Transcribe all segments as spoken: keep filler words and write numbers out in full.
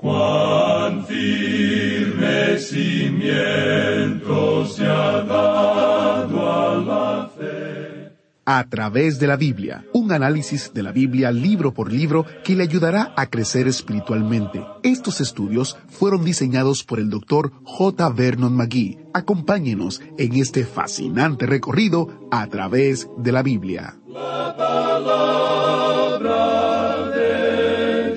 Cuán firme cimiento se ha dado a la fe. A través de la Biblia, un análisis de la Biblia libro por libro que le ayudará a crecer espiritualmente. Estos estudios fueron diseñados por el doctor J. Vernon McGee. Acompáñenos en este fascinante recorrido a través de la Biblia. La palabra de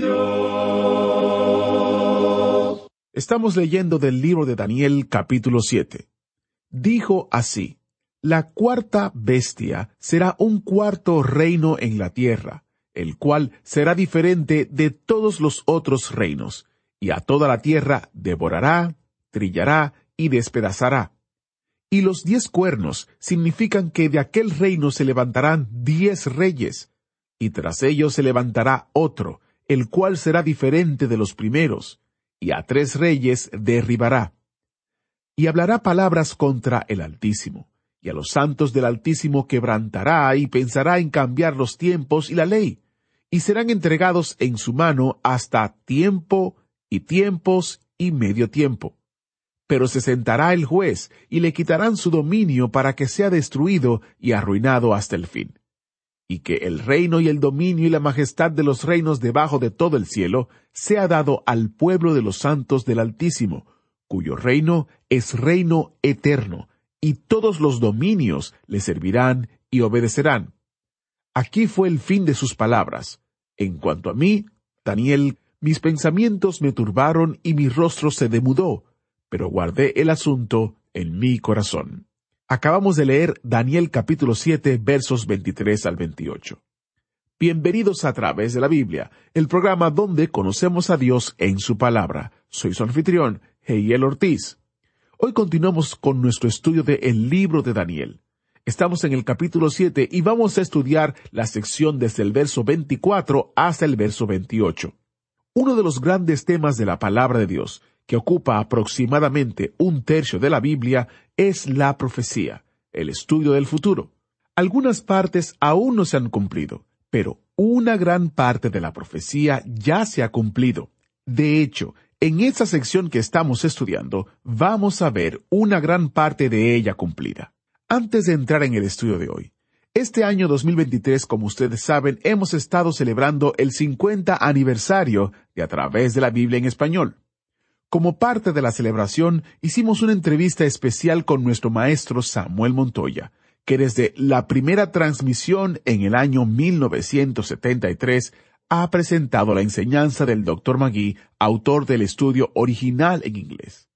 Dios. Estamos leyendo del libro de Daniel, capítulo siete. Dijo así: la cuarta bestia será un cuarto reino en la tierra, el cual será diferente de todos los otros reinos, y a toda la tierra devorará, trillará y despedazará. Y los diez cuernos significan que de aquel reino se levantarán diez reyes, y tras ellos se levantará otro, el cual será diferente de los primeros, y a tres reyes derribará. Y hablará palabras contra el Altísimo, y a los santos del Altísimo quebrantará y pensará en cambiar los tiempos y la ley, y serán entregados en su mano hasta tiempo y tiempos y medio tiempo. Pero se sentará el juez y le quitarán su dominio para que sea destruido y arruinado hasta el fin. Y que el reino y el dominio y la majestad de los reinos debajo de todo el cielo sea dado al pueblo de los santos del Altísimo, cuyo reino es reino eterno, y todos los dominios le servirán y obedecerán. Aquí fue el fin de sus palabras. En cuanto a mí, Daniel, mis pensamientos me turbaron y mi rostro se demudó, pero guardé el asunto en mi corazón. Acabamos de leer Daniel capítulo siete, versos veintitrés al veintiocho. Bienvenidos a Través de la Biblia, el programa donde conocemos a Dios en su palabra. Soy su anfitrión, Heiel Ortiz. Hoy continuamos con nuestro estudio de El libro de Daniel. Estamos en el capítulo siete y vamos a estudiar la sección desde el verso veinticuatro hasta el verso veintiocho. Uno de los grandes temas de la palabra de Dios, que ocupa aproximadamente un tercio de la Biblia, es la profecía, el estudio del futuro. Algunas partes aún no se han cumplido, pero una gran parte de la profecía ya se ha cumplido. De hecho, en esta sección que estamos estudiando, vamos a ver una gran parte de ella cumplida. Antes de entrar en el estudio de hoy, este año dos mil veintitrés, como ustedes saben, hemos estado celebrando el cincuenta aniversario de A Través de la Biblia en Español. Como parte de la celebración, hicimos una entrevista especial con nuestro maestro Samuel Montoya, que desde la primera transmisión en el año mil novecientos setenta y tres ha presentado la enseñanza del doctor McGee, autor del estudio original en inglés.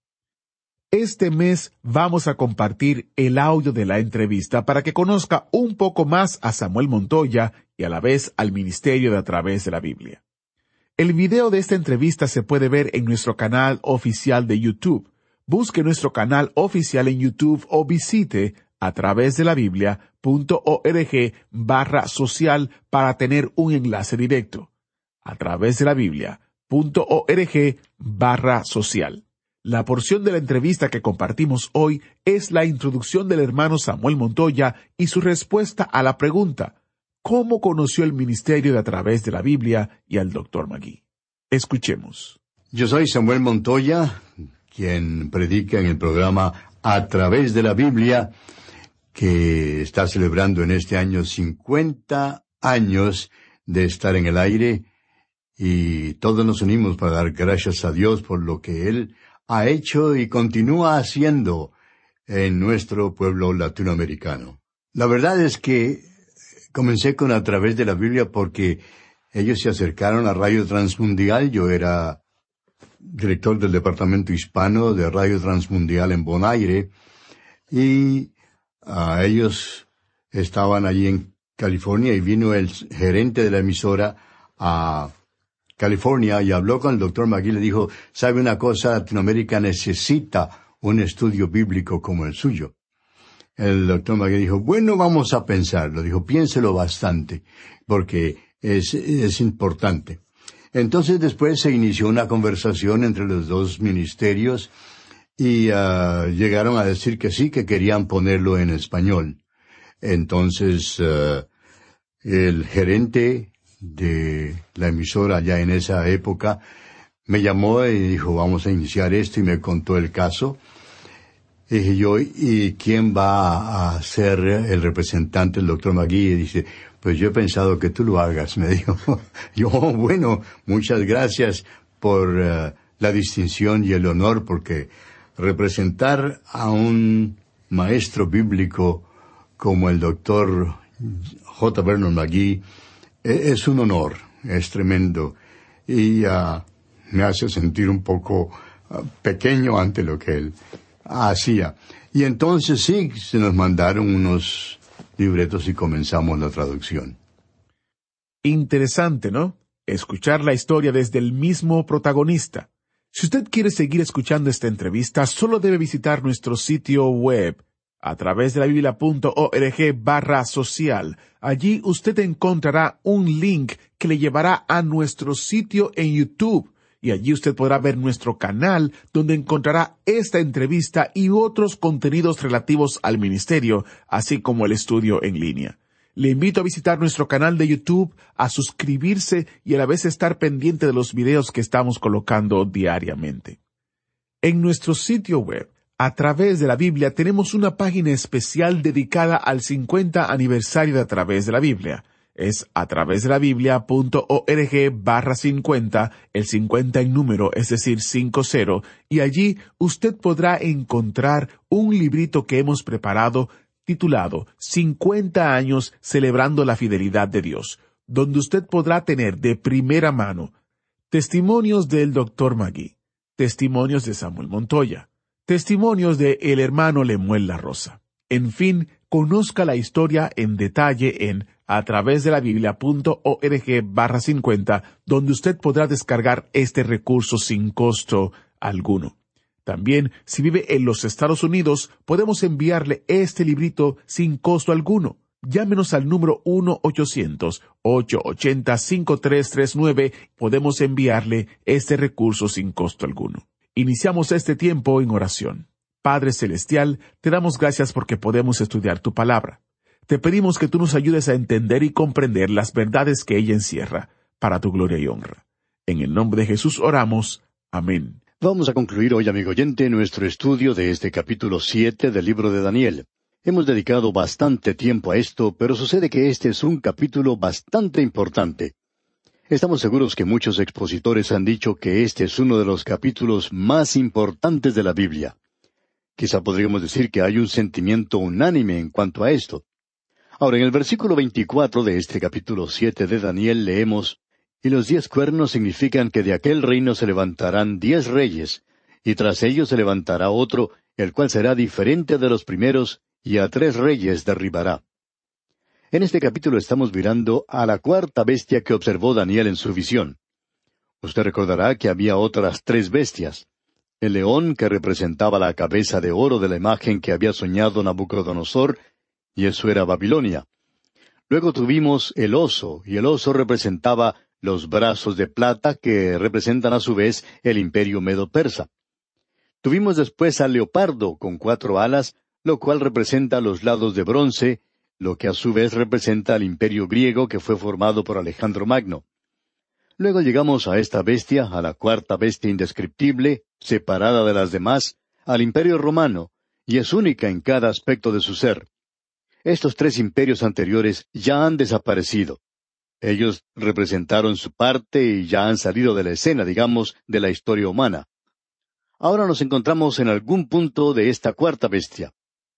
Este mes vamos a compartir el audio de la entrevista para que conozca un poco más a Samuel Montoya y a la vez al ministerio de A Través de la Biblia. El video de esta entrevista se puede ver en nuestro canal oficial de YouTube. Busque nuestro canal oficial en YouTube o visite a través de la biblia punto org barra social para tener un enlace directo. A través de la biblia punto org barra social. La porción de la entrevista que compartimos hoy es la introducción del hermano Samuel Montoya y su respuesta a la pregunta: ¿cómo conoció el ministerio de A Través de la Biblia y al doctor McGee? Escuchemos. Yo soy Samuel Montoya, quien predica en el programa A Través de la Biblia, que está celebrando en este año cincuenta años de estar en el aire, y todos nos unimos para dar gracias a Dios por lo que Él ha hecho y continúa haciendo en nuestro pueblo latinoamericano. La verdad es que comencé con A Través de la Biblia porque ellos se acercaron a Radio Transmundial. Yo era director del departamento hispano de Radio Transmundial en Bonaire, y uh, ellos estaban allí en California, y vino el gerente de la emisora a California y habló con el doctor McGee y le dijo: ¿sabe una cosa? Latinoamérica necesita un estudio bíblico como el suyo. El doctor McGee dijo: bueno, vamos a pensarlo. Dijo: piénselo bastante, porque es, es importante. Entonces después se inició una conversación entre los dos ministerios y uh, llegaron a decir que sí, que querían ponerlo en español. Entonces uh, el gerente de la emisora allá en esa época me llamó y dijo, vamos a iniciar esto, y me contó el caso. Y dije yo, ¿y quién va a ser el representante, el doctor Magui? Y dice, pues yo he pensado que tú lo hagas, me dijo. Yo, bueno, muchas gracias por uh, la distinción y el honor, porque representar a un maestro bíblico como el doctor J. Vernon McGee es un honor, es tremendo, y uh, me hace sentir un poco uh, pequeño ante lo que él hacía. Y entonces sí, se nos mandaron unos libretos y comenzamos la traducción. Interesante, ¿no? Escuchar la historia desde el mismo protagonista. Si usted quiere seguir escuchando esta entrevista, solo debe visitar nuestro sitio web a través de la biblia punto org barra social. Allí usted encontrará un link que le llevará a nuestro sitio en YouTube, y allí usted podrá ver nuestro canal, donde encontrará esta entrevista y otros contenidos relativos al ministerio, así como el estudio en línea. Le invito a visitar nuestro canal de YouTube, a suscribirse y a la vez estar pendiente de los videos que estamos colocando diariamente. En nuestro sitio web, a través de la Biblia, tenemos una página especial dedicada al cincuenta aniversario de A Través de la Biblia. Es a través de la biblia punto org barra cincuenta, el cincuenta en número, es decir, cincuenta, y allí usted podrá encontrar un librito que hemos preparado titulado cincuenta años celebrando la fidelidad de Dios, donde usted podrá tener de primera mano testimonios del doctor Magui, testimonios de Samuel Montoya, testimonios de el hermano Lemuel La Rosa. En fin, conozca la historia en detalle en a través de la biblia punto org barra cincuenta, donde usted podrá descargar este recurso sin costo alguno. También, si vive en los Estados Unidos, podemos enviarle este librito sin costo alguno. Llámenos al número uno ochocientos, ocho ocho cero, cinco tres tres nueve. Podemos enviarle este recurso sin costo alguno. Iniciamos este tiempo en oración. Padre Celestial, te damos gracias porque podemos estudiar tu palabra. Te pedimos que tú nos ayudes a entender y comprender las verdades que ella encierra, para tu gloria y honra. En el nombre de Jesús oramos. Amén. Vamos a concluir hoy, amigo oyente, nuestro estudio de este capítulo siete del libro de Daniel. Hemos dedicado bastante tiempo a esto, pero sucede que este es un capítulo bastante importante. Estamos seguros que muchos expositores han dicho que este es uno de los capítulos más importantes de la Biblia. Quizá podríamos decir que hay un sentimiento unánime en cuanto a esto. Ahora, en el versículo veinticuatro de este capítulo siete de Daniel leemos, «Y los diez cuernos significan que de aquel reino se levantarán diez reyes, y tras ellos se levantará otro, el cual será diferente de los primeros, y a tres reyes derribará». En este capítulo estamos mirando a la cuarta bestia que observó Daniel en su visión. Usted recordará que había otras tres bestias. El león, que representaba la cabeza de oro de la imagen que había soñado Nabucodonosor, y eso era Babilonia. Luego tuvimos el oso, y el oso representaba los brazos de plata que representan a su vez el imperio medo-persa. Tuvimos después al leopardo con cuatro alas, lo cual representa los lados de bronce, lo que a su vez representa al imperio griego que fue formado por Alejandro Magno. Luego llegamos a esta bestia, a la cuarta bestia indescriptible, separada de las demás, al imperio romano, y es única en cada aspecto de su ser. Estos tres imperios anteriores ya han desaparecido. Ellos representaron su parte y ya han salido de la escena, digamos, de la historia humana. Ahora nos encontramos en algún punto de esta cuarta bestia.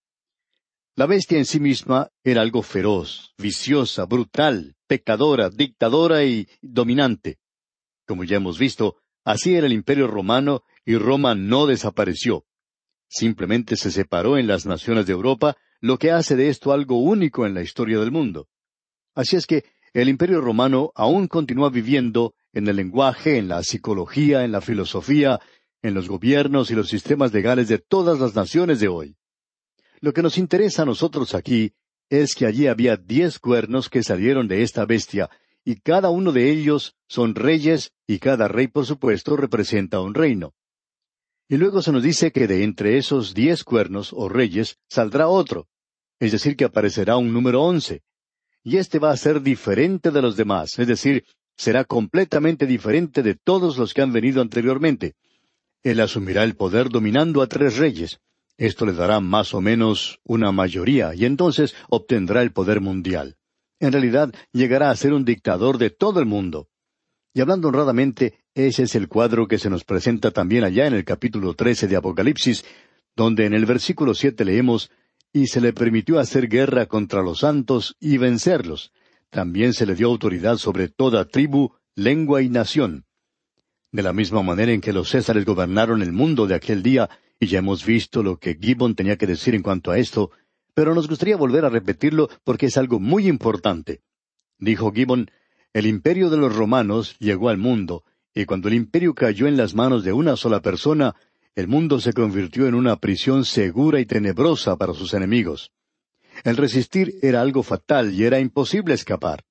La bestia en sí misma era algo feroz, viciosa, brutal, pecadora, dictadora y dominante. Como ya hemos visto, así era el imperio romano y Roma no desapareció. Simplemente se separó en las naciones de Europa, lo que hace de esto algo único en la historia del mundo. Así es que el imperio romano aún continúa viviendo en el lenguaje, en la psicología, en la filosofía, en los gobiernos y los sistemas legales de todas las naciones de hoy. Lo que nos interesa a nosotros aquí es que allí había diez cuernos que salieron de esta bestia, y cada uno de ellos son reyes, y cada rey, por supuesto, representa un reino. Y luego se nos dice que de entre esos diez cuernos o reyes saldrá otro, es decir, que aparecerá un número once. Y este va a ser diferente de los demás, es decir, será completamente diferente de todos los que han venido anteriormente. Él asumirá el poder dominando a tres reyes. Esto le dará más o menos una mayoría, y entonces obtendrá el poder mundial. En realidad, llegará a ser un dictador de todo el mundo. Y hablando honradamente, ese es el cuadro que se nos presenta también allá en el capítulo trece de Apocalipsis, donde en el versículo siete leemos, «Y se le permitió hacer guerra contra los santos y vencerlos. También se le dio autoridad sobre toda tribu, lengua y nación». De la misma manera en que los césares gobernaron el mundo de aquel día, y ya hemos visto lo que Gibbon tenía que decir en cuanto a esto, pero nos gustaría volver a repetirlo porque es algo muy importante. Dijo Gibbon, «El imperio de los romanos llegó al mundo, y cuando el imperio cayó en las manos de una sola persona, el mundo se convirtió en una prisión segura y tenebrosa para sus enemigos. El resistir era algo fatal y era imposible escapar».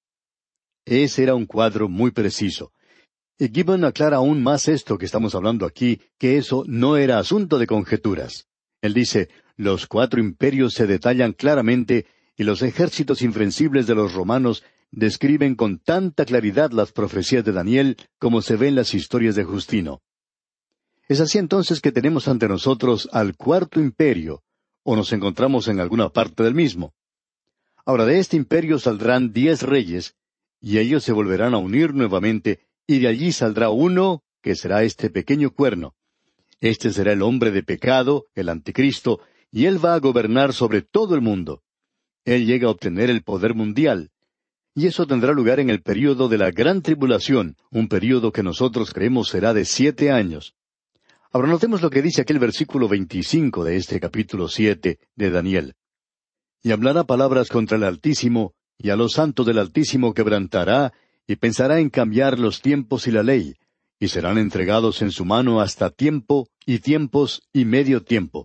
Ese era un cuadro muy preciso. Y Gibbon aclara aún más esto que estamos hablando aquí, que eso no era asunto de conjeturas. Él dice, los cuatro imperios se detallan claramente y los ejércitos invencibles de los romanos describen con tanta claridad las profecías de Daniel como se ve en las historias de Justino. Es así entonces que tenemos ante nosotros al cuarto imperio, o nos encontramos en alguna parte del mismo. Ahora de este imperio saldrán diez reyes, y ellos se volverán a unir nuevamente, y de allí saldrá uno, que será este pequeño cuerno. Este será el hombre de pecado, el anticristo, y él va a gobernar sobre todo el mundo. Él llega a obtener el poder mundial. Y eso tendrá lugar en el período de la gran tribulación, un período que nosotros creemos será de siete años. Ahora notemos lo que dice aquel versículo veinticinco de este capítulo siete de Daniel. Y hablará palabras contra el Altísimo, y a los santos del Altísimo quebrantará, y pensará en cambiar los tiempos y la ley, y serán entregados en su mano hasta tiempo, y tiempos, y medio tiempo.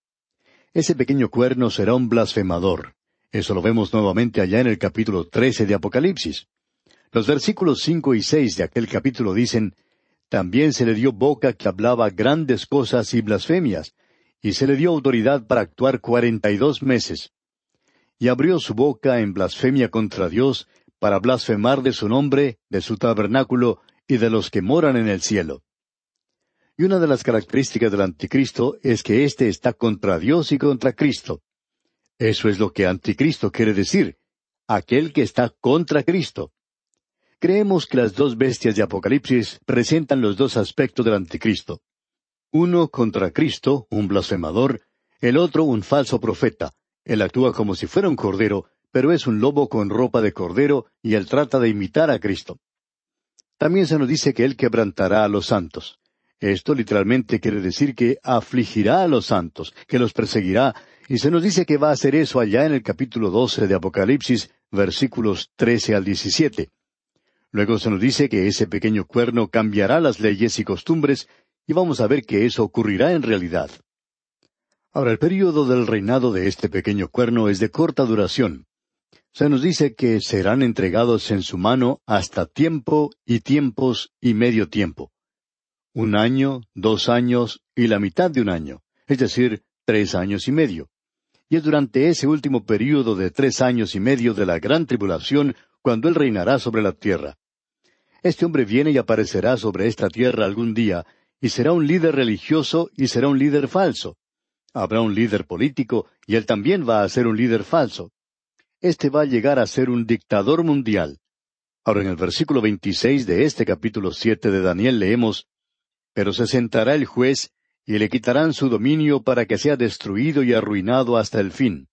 Ese pequeño cuerno será un blasfemador. Eso lo vemos nuevamente allá en el capítulo trece de Apocalipsis. Los versículos cinco y seis de aquel capítulo dicen, «También se le dio boca que hablaba grandes cosas y blasfemias, y se le dio autoridad para actuar cuarenta y dos meses. Y abrió su boca en blasfemia contra Dios, para blasfemar de su nombre, de su tabernáculo, y de los que moran en el cielo». Y una de las características del anticristo es que éste está contra Dios y contra Cristo. Eso es lo que anticristo quiere decir, aquel que está contra Cristo. Creemos que las dos bestias de Apocalipsis presentan los dos aspectos del anticristo. Uno contra Cristo, un blasfemador, el otro un falso profeta. Él actúa como si fuera un cordero, pero es un lobo con ropa de cordero, y él trata de imitar a Cristo. También se nos dice que él quebrantará a los santos. Esto literalmente quiere decir que afligirá a los santos, que los perseguirá, y se nos dice que va a hacer eso allá en el capítulo doce de Apocalipsis, versículos trece al diecisiete. Luego se nos dice que ese pequeño cuerno cambiará las leyes y costumbres, y vamos a ver que eso ocurrirá en realidad. Ahora, el período del reinado de este pequeño cuerno es de corta duración. Se nos dice que serán entregados en su mano hasta tiempo y tiempos y medio tiempo. Un año, dos años y la mitad de un año, es decir, tres años y medio. Y es durante ese último período de tres años y medio de la gran tribulación cuando él reinará sobre la tierra. Este hombre viene y aparecerá sobre esta tierra algún día, y será un líder religioso y será un líder falso. Habrá un líder político, y él también va a ser un líder falso. Este va a llegar a ser un dictador mundial. Ahora en el versículo veintiséis de este capítulo siete de Daniel leemos, «Pero se sentará el juez, y le quitarán su dominio para que sea destruido y arruinado hasta el fin».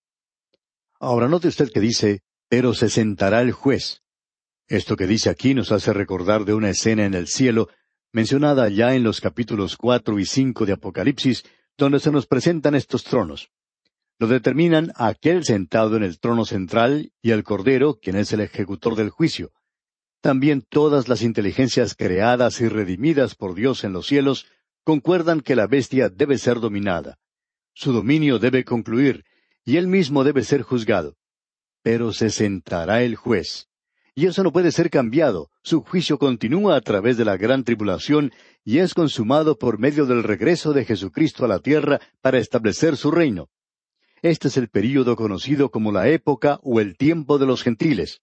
Ahora note usted que dice, «Pero se sentará el juez». Esto que dice aquí nos hace recordar de una escena en el cielo, mencionada ya en los capítulos cuatro y cinco de Apocalipsis, donde se nos presentan estos tronos. Lo determinan aquel sentado en el trono central y el Cordero, quien es el ejecutor del juicio. También todas las inteligencias creadas y redimidas por Dios en los cielos concuerdan que la bestia debe ser dominada. Su dominio debe concluir, y él mismo debe ser juzgado. Pero se sentará el juez. Y eso no puede ser cambiado. Su juicio continúa a través de la gran tribulación y es consumado por medio del regreso de Jesucristo a la tierra para establecer su reino. Este es el período conocido como la época o el tiempo de los gentiles.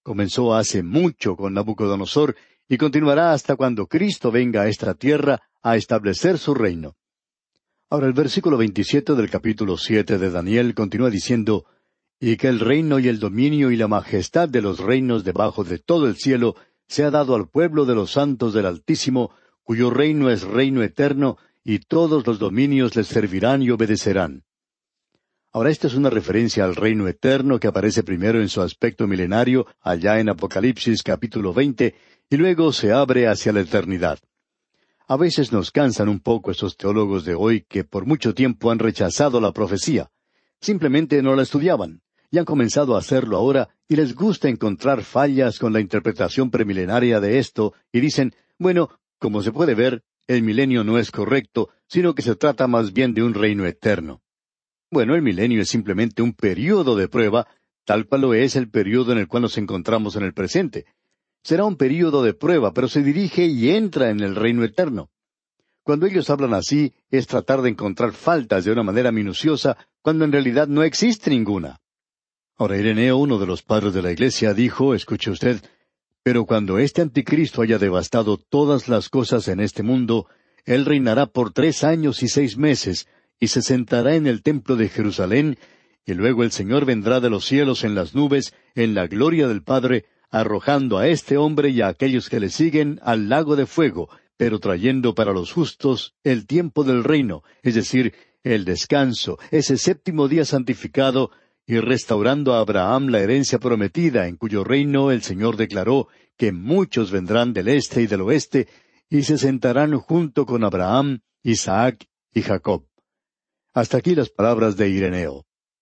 Comenzó hace mucho con Nabucodonosor y continuará hasta cuando Cristo venga a esta tierra a establecer su reino. Ahora el versículo veintisiete del capítulo siete de Daniel continúa diciendo, y que el reino y el dominio y la majestad de los reinos debajo de todo el cielo se ha dado al pueblo de los santos del Altísimo, cuyo reino es reino eterno, y todos los dominios les servirán y obedecerán. Ahora esta es una referencia al reino eterno que aparece primero en su aspecto milenario, allá en Apocalipsis capítulo veinte, y luego se abre hacia la eternidad. A veces nos cansan un poco estos teólogos de hoy que por mucho tiempo han rechazado la profecía. Simplemente no la estudiaban, y han comenzado a hacerlo ahora, y les gusta encontrar fallas con la interpretación premilenaria de esto, y dicen, bueno, como se puede ver, el milenio no es correcto, sino que se trata más bien de un reino eterno. Bueno, el milenio es simplemente un período de prueba, tal cual lo es el período en el cual nos encontramos en el presente. Será un período de prueba, pero se dirige y entra en el reino eterno. Cuando ellos hablan así, es tratar de encontrar faltas de una manera minuciosa, cuando en realidad no existe ninguna. Ahora, Ireneo, uno de los padres de la Iglesia, dijo, escuche usted, pero cuando este anticristo haya devastado todas las cosas en este mundo, él reinará por tres años y seis meses, y se sentará en el templo de Jerusalén, y luego el Señor vendrá de los cielos en las nubes, en la gloria del Padre, arrojando a este hombre y a aquellos que le siguen al lago de fuego, pero trayendo para los justos el tiempo del reino, es decir, el descanso, ese séptimo día santificado, y restaurando a Abraham la herencia prometida, en cuyo reino el Señor declaró que muchos vendrán del este y del oeste, y se sentarán junto con Abraham, Isaac y Jacob. Hasta aquí las palabras de Ireneo.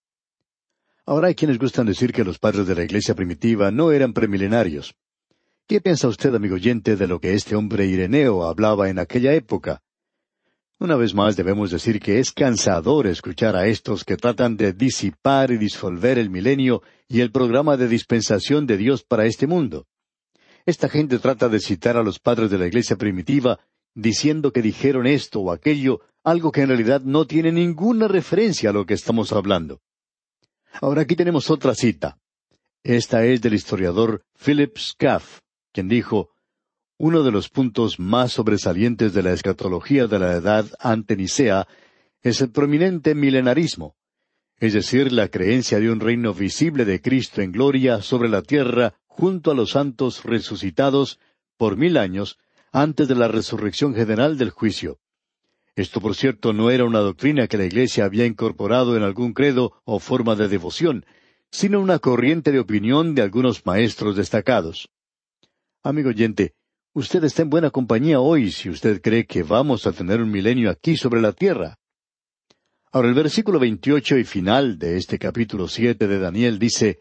Ahora hay quienes gustan decir que los padres de la iglesia primitiva no eran premilenarios. ¿Qué piensa usted, amigo oyente, de lo que este hombre Ireneo hablaba en aquella época? Una vez más debemos decir que es cansador escuchar a estos que tratan de disipar y disolver el milenio y el programa de dispensación de Dios para este mundo. Esta gente trata de citar a los padres de la iglesia primitiva, diciendo que dijeron esto o aquello, algo que en realidad no tiene ninguna referencia a lo que estamos hablando. Ahora aquí tenemos otra cita. Esta es del historiador Philip Scaff, quien dijo, uno de los puntos más sobresalientes de la escatología de la edad ante Nicea es el prominente milenarismo, es decir, la creencia de un reino visible de Cristo en gloria sobre la tierra junto a los santos resucitados por mil años antes de la resurrección general del juicio. Esto, por cierto, no era una doctrina que la Iglesia había incorporado en algún credo o forma de devoción, sino una corriente de opinión de algunos maestros destacados. Amigo oyente, usted está en buena compañía hoy si usted cree que vamos a tener un milenio aquí sobre la tierra. Ahora el versículo veintiocho y final de este capítulo siete de Daniel dice,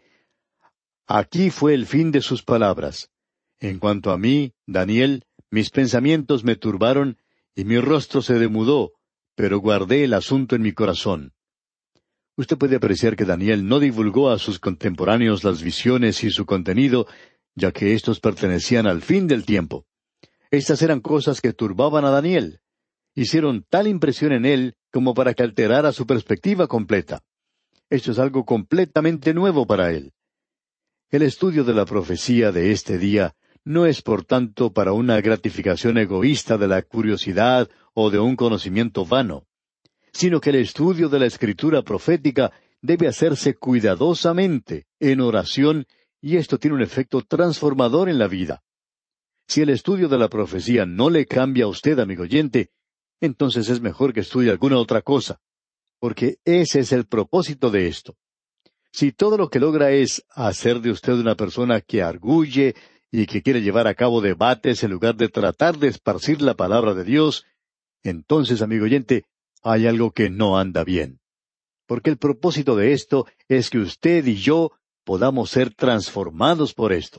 aquí fue el fin de sus palabras. En cuanto a mí, Daniel, mis pensamientos me turbaron, y mi rostro se demudó, pero guardé el asunto en mi corazón. Usted puede apreciar que Daniel no divulgó a sus contemporáneos las visiones y su contenido, ya que éstos pertenecían al fin del tiempo. Estas eran cosas que turbaban a Daniel. Hicieron tal impresión en él como para que alterara su perspectiva completa. Esto es algo completamente nuevo para él. El estudio de la profecía de este día no es por tanto para una gratificación egoísta de la curiosidad o de un conocimiento vano, sino que el estudio de la escritura profética debe hacerse cuidadosamente, en oración, y esto tiene un efecto transformador en la vida. Si el estudio de la profecía no le cambia a usted, amigo oyente, entonces es mejor que estudie alguna otra cosa, porque ese es el propósito de esto. Si todo lo que logra es hacer de usted una persona que arguye y que quiere llevar a cabo debates en lugar de tratar de esparcir la palabra de Dios, entonces, amigo oyente, hay algo que no anda bien. Porque el propósito de esto es que usted y yo podamos ser transformados por esto.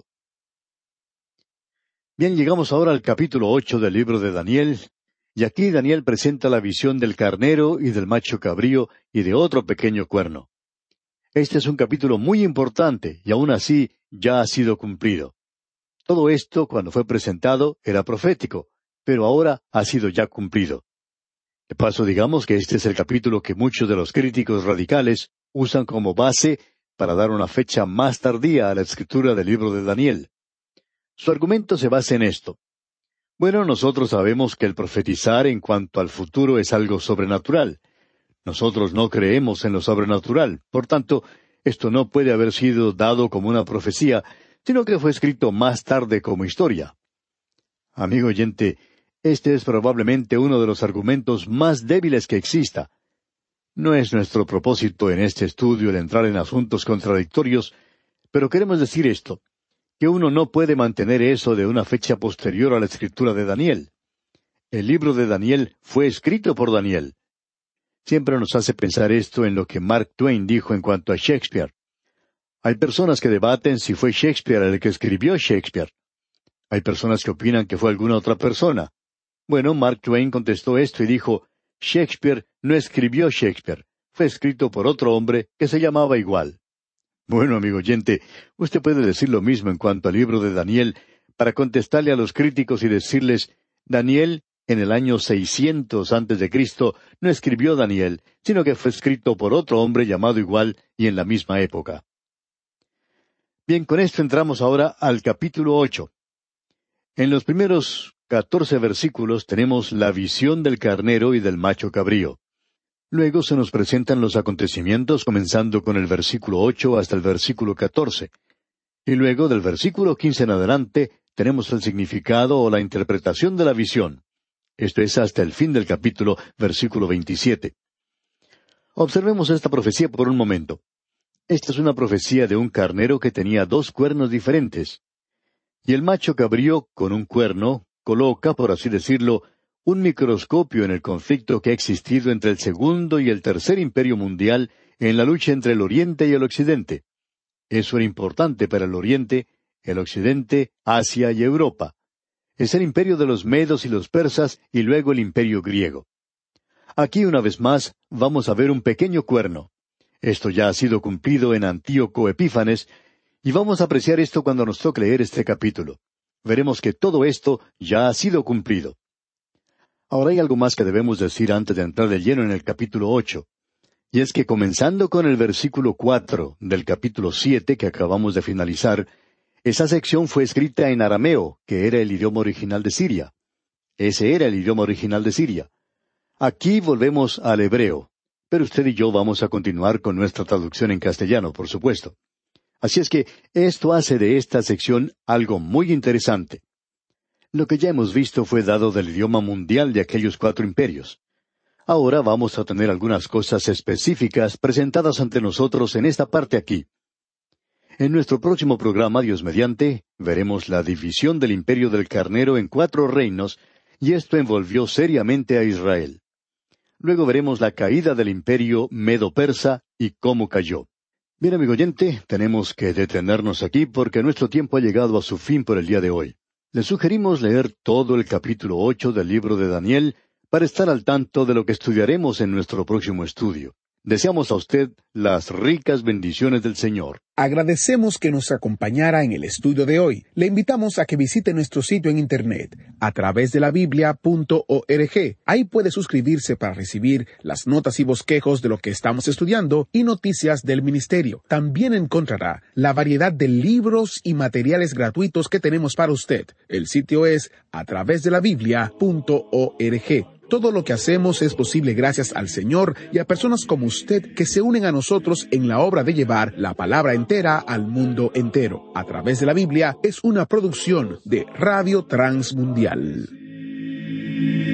Bien, llegamos ahora al capítulo ocho del libro de Daniel, y aquí Daniel presenta la visión del carnero y del macho cabrío y de otro pequeño cuerno. Este es un capítulo muy importante, y aún así ya ha sido cumplido. Todo esto, cuando fue presentado, era profético, pero ahora ha sido ya cumplido. De paso, digamos que este es el capítulo que muchos de los críticos radicales usan como base para dar una fecha más tardía a la escritura del libro de Daniel. Su argumento se basa en esto. Bueno, nosotros sabemos que el profetizar en cuanto al futuro es algo sobrenatural. Nosotros no creemos en lo sobrenatural, por tanto, esto no puede haber sido dado como una profecía, sino que fue escrito más tarde como historia. Amigo oyente, este es probablemente uno de los argumentos más débiles que exista. No es nuestro propósito en este estudio el entrar en asuntos contradictorios, pero queremos decir esto, que uno no puede mantener eso de una fecha posterior a la escritura de Daniel. El libro de Daniel fue escrito por Daniel. Siempre nos hace pensar esto en lo que Mark Twain dijo en cuanto a Shakespeare. Hay personas que debaten si fue Shakespeare el que escribió Shakespeare. Hay personas que opinan que fue alguna otra persona. Bueno, Mark Twain contestó esto y dijo, Shakespeare no escribió Shakespeare, fue escrito por otro hombre que se llamaba igual. Bueno, amigo oyente, usted puede decir lo mismo en cuanto al libro de Daniel, para contestarle a los críticos y decirles, Daniel, en el año seiscientos antes de Cristo, no escribió Daniel, sino que fue escrito por otro hombre llamado igual y en la misma época. Bien, con esto entramos ahora al capítulo ocho. En los primeros catorce versículos tenemos la visión del carnero y del macho cabrío. Luego se nos presentan los acontecimientos comenzando con el versículo ocho hasta el versículo catorce. Y luego del versículo quince en adelante tenemos el significado o la interpretación de la visión. Esto es hasta el fin del capítulo, versículo veintisiete. Observemos esta profecía por un momento. Esta es una profecía de un carnero que tenía dos cuernos diferentes. Y el macho cabrío, con un cuerno, coloca, por así decirlo, un microscopio en el conflicto que ha existido entre el segundo y el tercer imperio mundial en la lucha entre el Oriente y el Occidente. Eso era importante para el Oriente, el Occidente, Asia y Europa. Es el imperio de los medos y los persas y luego el imperio griego. Aquí una vez más vamos a ver un pequeño cuerno. Esto ya ha sido cumplido en Antíoco Epífanes, y vamos a apreciar esto cuando nos toque leer este capítulo. Veremos que todo esto ya ha sido cumplido. Ahora hay algo más que debemos decir antes de entrar de lleno en el capítulo ocho. Y es que comenzando con el versículo cuatro del capítulo siete que acabamos de finalizar, esa sección fue escrita en arameo, que era el idioma original de Siria. Ese era el idioma original de Siria. Aquí volvemos al hebreo, pero usted y yo vamos a continuar con nuestra traducción en castellano, por supuesto. Así es que esto hace de esta sección algo muy interesante. Lo que ya hemos visto fue dado del idioma mundial de aquellos cuatro imperios. Ahora vamos a tener algunas cosas específicas presentadas ante nosotros en esta parte aquí. En nuestro próximo programa, Dios mediante, veremos la división del imperio del carnero en cuatro reinos, y esto envolvió seriamente a Israel. Luego veremos la caída del imperio medo-persa y cómo cayó. Bien, amigo oyente, tenemos que detenernos aquí porque nuestro tiempo ha llegado a su fin por el día de hoy. Le sugerimos leer todo el capítulo ocho del libro de Daniel para estar al tanto de lo que estudiaremos en nuestro próximo estudio. Deseamos a usted las ricas bendiciones del Señor. Agradecemos que nos acompañara en el estudio de hoy. Le invitamos a que visite nuestro sitio en internet, a través de la biblia punto org. Ahí puede suscribirse para recibir las notas y bosquejos de lo que estamos estudiando y noticias del ministerio. También encontrará la variedad de libros y materiales gratuitos que tenemos para usted. El sitio es a través de la biblia punto org. Todo lo que hacemos es posible gracias al Señor y a personas como usted que se unen a nosotros en la obra de llevar la palabra entera al mundo entero. A través de la Biblia es una producción de Radio Transmundial.